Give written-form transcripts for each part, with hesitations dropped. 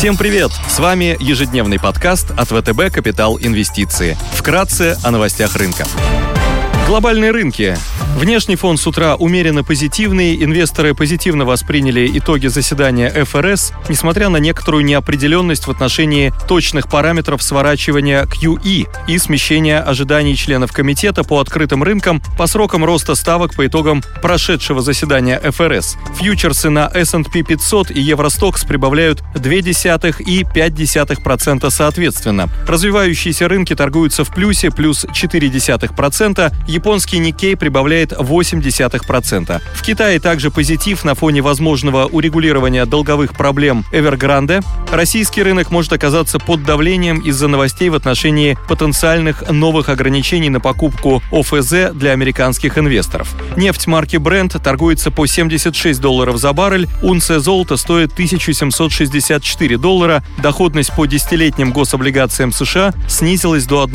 Всем привет! С вами ежедневный подкаст от ВТБ «Капитал Инвестиции». Вкратце о новостях рынка. Глобальные рынки. Внешний фон с утра умеренно позитивный. Инвесторы позитивно восприняли итоги заседания ФРС, несмотря на некоторую неопределенность в отношении точных параметров сворачивания QE и смещения ожиданий членов комитета по открытым рынкам по срокам роста ставок по итогам прошедшего заседания ФРС. Фьючерсы на S&P 500 и Евростокс прибавляют 0,2 и 0,5% соответственно. Развивающиеся рынки торгуются в плюсе, плюс 0,4%. Японский Никкей прибавляет 0,8%. В Китае также позитив на фоне возможного урегулирования долговых проблем Evergrande. Российский рынок может оказаться под давлением из-за новостей в отношении потенциальных новых ограничений на покупку ОФЗ для американских инвесторов. Нефть марки Brent торгуется по $76 за баррель, унция золота стоит $1764, доходность по десятилетним гособлигациям США снизилась до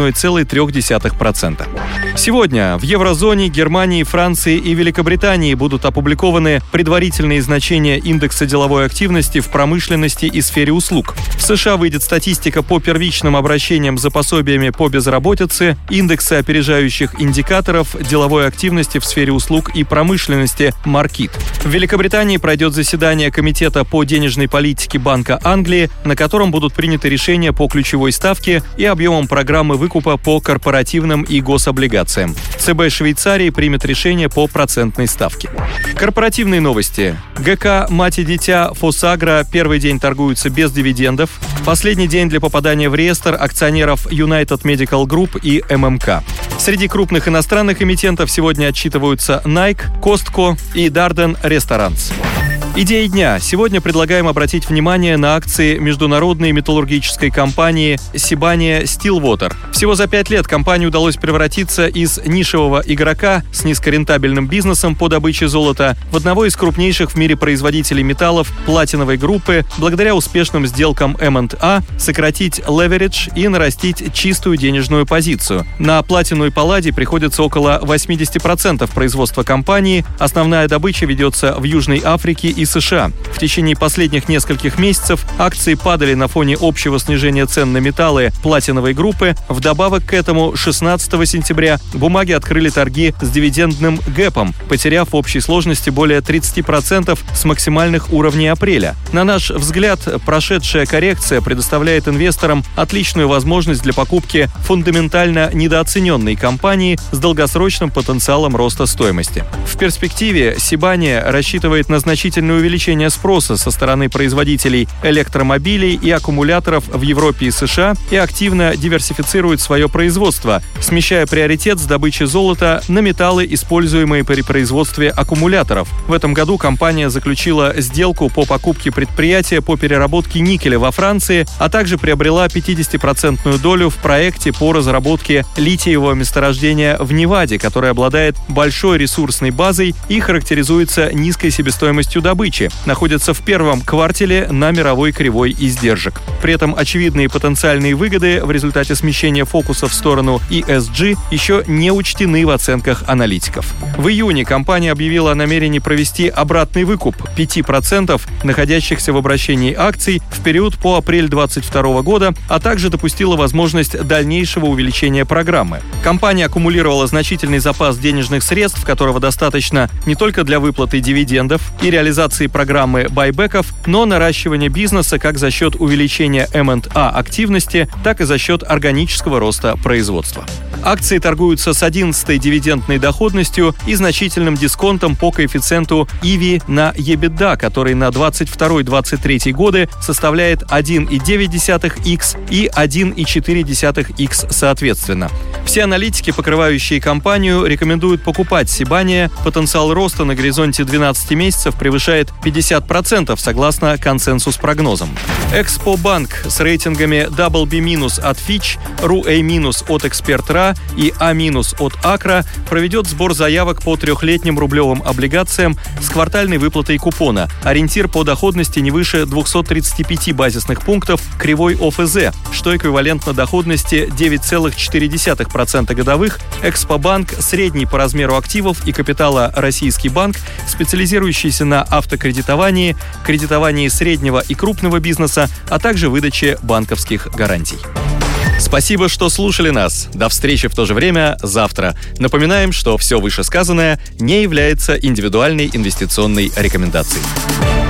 1,3%. Сегодня в еврозоне, Германии, Франции и Великобритании будут опубликованы предварительные значения индекса деловой активности в промышленности и сфере услуг. В США выйдет статистика по первичным обращениям за пособиями по безработице, индексы опережающих индикаторов деловой активности в сфере услуг и промышленности Маркит. В Великобритании пройдет заседание Комитета по денежной политике Банка Англии, на котором будут приняты решения по ключевой ставке и объемам программы выкупа по корпоративным и гособлигациям. ЦБ Швейцарии примет решение по процентной ставке. Корпоративные новости. ГК «Мать и дитя» Фосагро первый день торгуются без дивидендов. Последний день для попадания в реестр акционеров United Medical Group и ММК. Среди крупных иностранных эмитентов сегодня отчитываются Nike, Costco и Darden Restaurants. Идеи дня. Сегодня предлагаем обратить внимание на акции международной металлургической компании Sibanye Stillwater. Всего за 5 лет компании удалось превратиться из нишевого игрока с низкорентабельным бизнесом по добыче золота в одного из крупнейших в мире производителей металлов платиновой группы благодаря успешным сделкам M&A, сократить леверидж и нарастить чистую денежную позицию. На платину и палладий приходится около 80% производства компании. Основная добыча ведется в Южной Африке и США. В течение последних нескольких месяцев акции падали на фоне общего снижения цен на металлы платиновой группы. Вдобавок к этому 16 сентября бумаги открыли торги с дивидендным гэпом, потеряв в общей сложности более 30% с максимальных уровней апреля. На наш взгляд, прошедшая коррекция предоставляет инвесторам отличную возможность для покупки фундаментально недооцененной компании с долгосрочным потенциалом роста стоимости. В перспективе Sibanye рассчитывает на значительное увеличение спроса со стороны производителей электромобилей и аккумуляторов в Европе и США и активно диверсифицирует свое производство, смещая приоритет с добычи золота на металлы, используемые при производстве аккумуляторов. В этом году компания заключила сделку по покупке предприятия по переработке никеля во Франции, а также приобрела 50% долю в проекте по разработке литиевого месторождения в Неваде, которое обладает большой ресурсной базой и характеризуется низкой себестоимостью добычи, находится в первом квартале на мировой кривой издержек. При этом очевидные потенциальные выгоды в результате смещения фокуса в сторону ESG еще не учтены в оценках аналитиков. В июне компания объявила о намерении провести обратный выкуп 5% находящихся в обращении акций в период по апрель 2022 года, а также допустила возможность дальнейшего увеличения программы. Компания аккумулировала значительный запас денежных средств, которого достаточно не только для выплаты дивидендов и реализации программы байбеков, но наращивания бизнеса как за счет увеличения M&A активности, так и за счет органического роста производства. Акции торгуются с 11-й дивидендной доходностью и значительным дисконтом по коэффициенту EV на EBITDA, который на 22-23 годы составляет 1,9x и 1,4x соответственно. Все аналитики, покрывающие компанию, рекомендуют покупать Sibanye. Потенциал роста на горизонте 12 месяцев превышает 50% согласно консенсус-прогнозам. Экспобанк с рейтингами BB- от Fitch, RU-A- от Expert.Ra и А- от Акра проведет сбор заявок по трехлетним рублевым облигациям с квартальной выплатой купона. Ориентир по доходности не выше 235 базисных пунктов кривой ОФЗ, что эквивалентно доходности 9,4% годовых. Экспобанк – средний по размеру активов и капитала российский банк, специализирующийся на автокредитовании кредитовании, кредитовании среднего и крупного бизнеса, а также выдаче банковских гарантий. Спасибо, что слушали нас. До встречи в то же время завтра. Напоминаем, что все вышесказанное не является индивидуальной инвестиционной рекомендацией.